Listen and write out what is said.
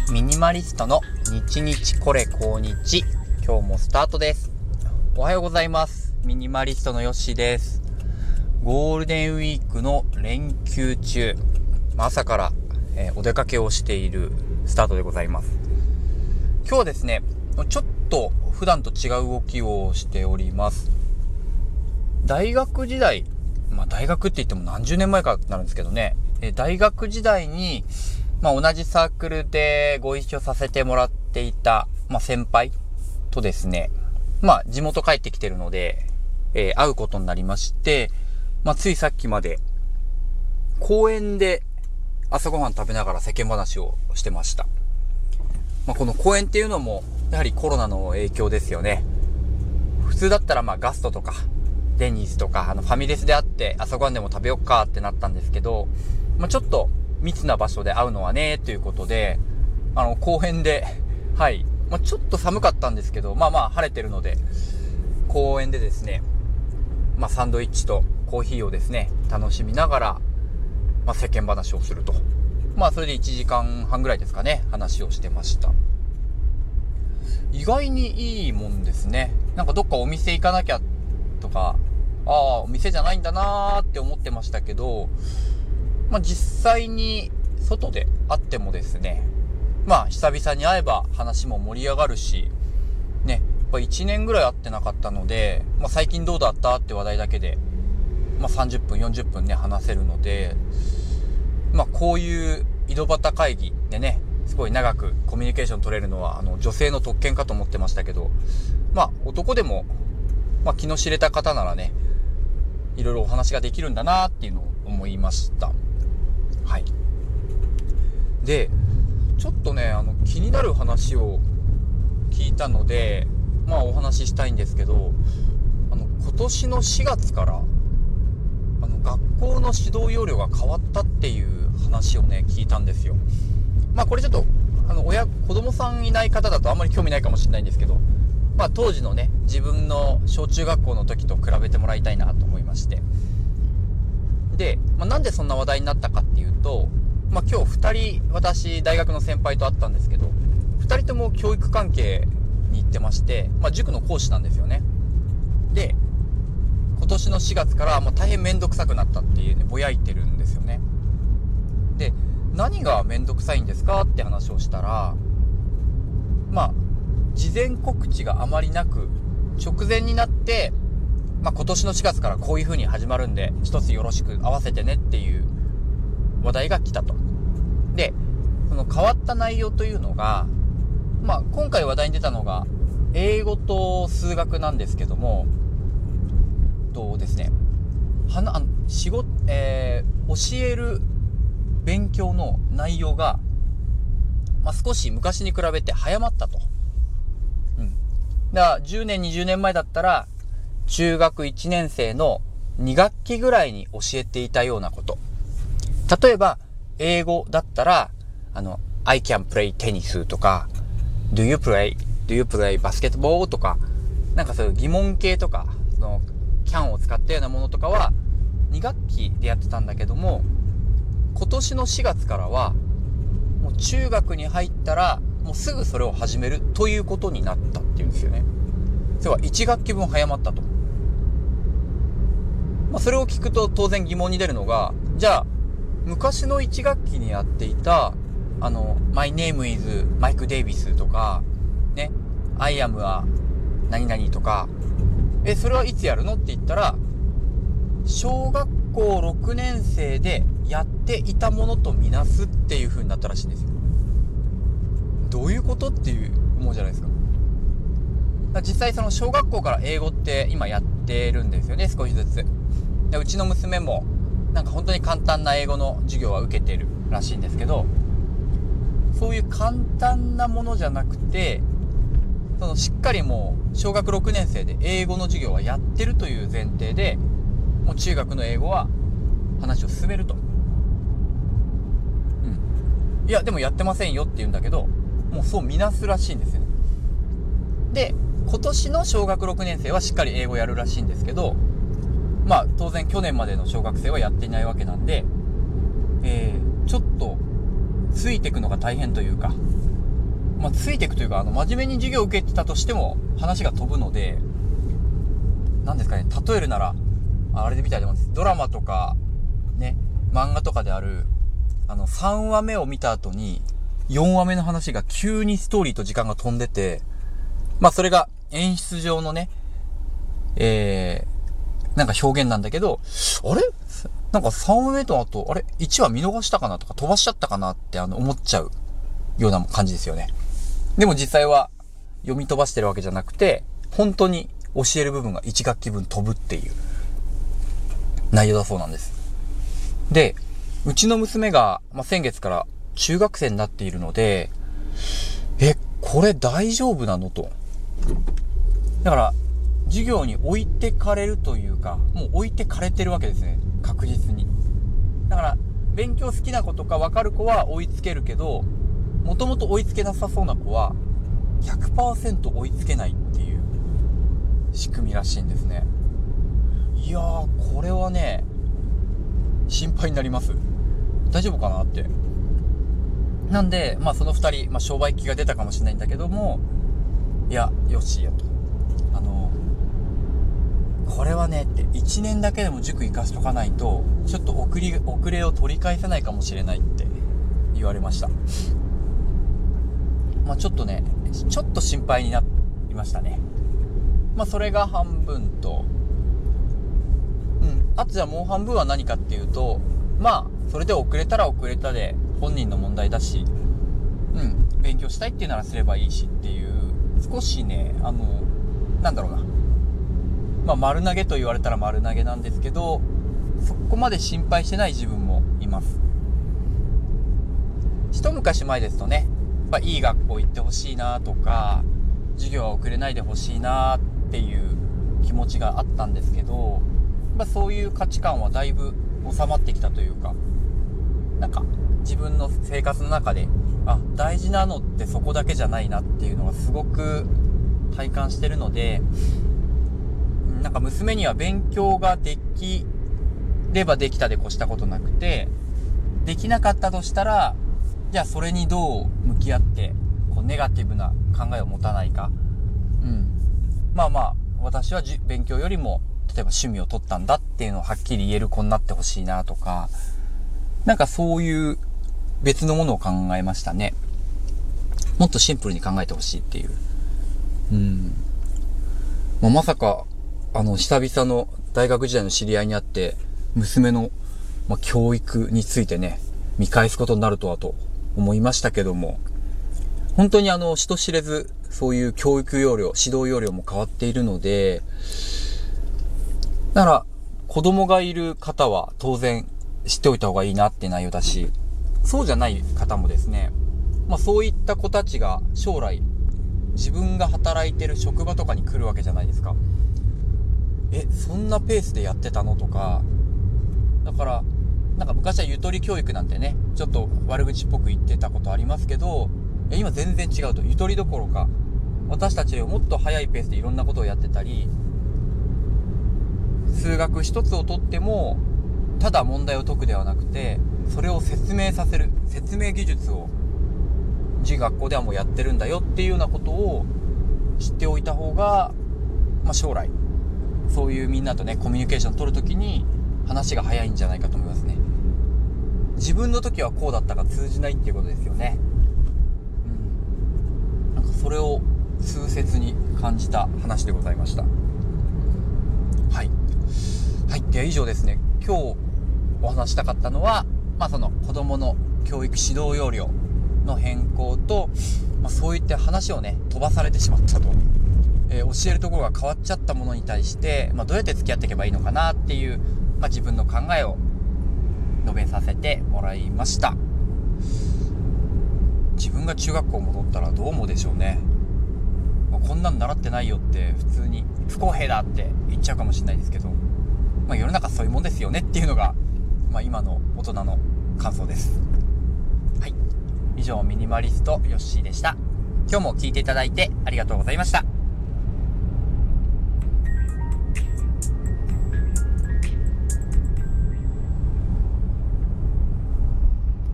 ミニマリストの日日これ後日、今日もスタートです。おはようございます。ミニマリストのヨッシーです。ゴールデンウィークの連休中、朝から、お出かけをしているスタートでございます。今日はですね、ちょっと普段と違う動きをしております。大学時代、大学って言っても何十年前かなるんですけどね、大学時代に同じサークルでご一緒させてもらっていた、先輩とですね、地元帰ってきてるので、会うことになりまして、ついさっきまで公園で朝ごはん食べながら世間話をしてました。この公園っていうのもやはりコロナの影響ですよね。普通だったらガストとかデニーズとかファミレスで会って朝ごはんでも食べよっかってなったんですけど、ちょっと密な場所で会うのはねということで、公園で、ちょっと寒かったんですけど、晴れてるので、公園でですね、サンドイッチとコーヒーをですね、楽しみながら、世間話をすると。それで1時間半ぐらいですかね、話をしてました。意外にいいもんですね。どっかお店行かなきゃとか、お店じゃないんだなーって思ってましたけど、実際に外で会ってもですね、久々に会えば話も盛り上がるし、ね、1年ぐらい会ってなかったので、最近どうだったって話題だけで、30分、40分ね、話せるので、こういう井戸端会議でね、すごい長くコミュニケーション取れるのは、女性の特権かと思ってましたけど、男でも、気の知れた方ならね、いろいろお話ができるんだなっていうのを思いました。はい。で、ちょっとね、気になる話を聞いたので、お話ししたいんですけど、今年の4月から、学校の指導要領が変わったっていう話をね、聞いたんですよ。これちょっと、子供さんいない方だとあんまり興味ないかもしれないんですけど、当時のね、自分の小中学校の時と比べてもらいたいなと思いまして。で、なんでそんな話題になったかっていうと、今日2人、私、大学の先輩と会ったんですけど、2人とも教育関係に行ってまして、塾の講師なんですよね。で、今年の4月から大変めんどくさくなったっていうね、ぼやいてるんですよね。で、何がめんどくさいんですかって話をしたら、事前告知があまりなく、直前になって、今年の4月からこういう風に始まるんで、一つよろしく合わせてねっていう話題が来たと。で、その変わった内容というのが、今回話題に出たのが、英語と数学なんですけども、ですね、教える勉強の内容が、少し昔に比べて早まったと。だから10年、20年前だったら、中学1年生の2学期ぐらいに教えていたようなこと。例えば、英語だったら、I can play tennis とか、Do you play basketball とか、そういう疑問系とか、その、can を使ったようなものとかは、2学期でやってたんだけども、今年の4月からは、もう中学に入ったら、もうすぐそれを始めるということになったっていうんですよね。それは1学期分早まったと。それを聞くと当然疑問に出るのが、じゃあ、昔の1学期にやっていた、My name is Mike Davis とか、ね、I am a 何々とか、それはいつやるのって言ったら、小学校6年生でやっていたものとみなすっていう風になったらしいんですよ。どういうことっていう思うじゃないですか。実際その小学校から英語って今やってるんですよね、少しずつ。で、うちの娘も本当に簡単な英語の授業は受けてるらしいんですけど、そういう簡単なものじゃなくて、そのしっかりもう小学6年生で英語の授業はやってるという前提で、もう中学の英語は話を進めると。いやでもやってませんよって言うんだけど、もうそう見なすらしいんですよね。で、今年の小学6年生はしっかり英語やるらしいんですけど、当然去年までの小学生はやっていないわけなんで、ちょっとついていくのが大変というか、ついていくというか、真面目に授業を受けてたとしても話が飛ぶので、なんですかね、例えるなら、あれで見たいと思うんです。ドラマとか、ね、漫画とかである、3話目を見た後に、4話目の話が急にストーリーと時間が飛んでて、それが演出上のね、なんか表現なんだけど、あれなんか3話目とあと、1話見逃したかなとか飛ばしちゃったかなって思っちゃうような感じですよね。でも実際は読み飛ばしてるわけじゃなくて、本当に教える部分が1学期分飛ぶっていう内容だそうなんです。で、うちの娘が、先月から中学生になっているので、これ大丈夫なのと。だから、授業に置いてかれるというか、もう置いてかれてるわけですね。確実に。だから、勉強好きな子とか分かる子は追いつけるけど、もともと追いつけなさそうな子は、100% 追いつけないっていう仕組みらしいんですね。いやー、これはね、心配になります。大丈夫かなって。なんで、その二人、商売機が出たかもしれないんだけども、いや、よしよと。これはねって、1年だけでも塾行かしとかないと、ちょっと遅れを取り返せないかもしれないって言われました。ちょっとね、ちょっと心配になりましたね。それが半分と、あとじゃあもう半分は何かっていうと、それで遅れたら遅れたで本人の問題だし、勉強したいっていうならすればいいしっていう、少しね、なんだろうな。丸投げと言われたら丸投げなんですけど、そこまで心配してない自分もいます。一昔前ですとね、いい学校行ってほしいなとか、授業は遅れないでほしいなっていう気持ちがあったんですけど、そういう価値観はだいぶ収まってきたというか、なんか自分の生活の中で、大事なのってそこだけじゃないなっていうのがすごく体感してるので、なんか娘には勉強ができればできたで越したことなくて、できなかったとしたら、じゃあそれにどう向き合ってネガティブな考えを持たないか。私は勉強よりも例えば趣味を取ったんだっていうのをはっきり言える子になってほしいなとか、なんかそういう別のものを考えましたね。もっとシンプルに考えてほしいっていう。まさか久々の大学時代の知り合いに会って娘の、教育についてね見返すことになるとはと思いましたけども、本当に人知れずそういう教育要領、指導要領も変わっているので、だから子供がいる方は当然知っておいた方がいいなって内容だし、そうじゃない方もですね、そういった子たちが将来自分が働いてる職場とかに来るわけじゃないですか。そんなペースでやってたのとか、だからなんか昔はゆとり教育なんてね、ちょっと悪口っぽく言ってたことありますけど、今全然違うと。ゆとりどころか、私たちよりもっと早いペースでいろんなことをやってたり、数学一つをとってもただ問題を解くではなくて、それを説明させる説明技術を学校ではもうやってるんだよっていうようなことを知っておいた方が、将来そういうみんなとねコミュニケーション取るときに話が早いんじゃないかと思いますね。自分の時はこうだったが通じないっていうことですよね。なんかそれを痛切に感じた話でございました。はい、で以上ですね。今日お話したかったのは、その子供の教育指導要領の変更と、そういった話をね飛ばされてしまったと、教えるところが変わっちゃったものに対して、どうやって付き合っていけばいいのかなっていう、自分の考えを述べさせてもらいました。自分が中学校戻ったらどう思うでしょうね。こんなん習ってないよって普通に不公平だって言っちゃうかもしれないですけど、世の中そういうもんですよねっていうのが、今の大人の感想です。はい、以上ミニマリストヨッシーでした。今日も聞いていただいてありがとうございました。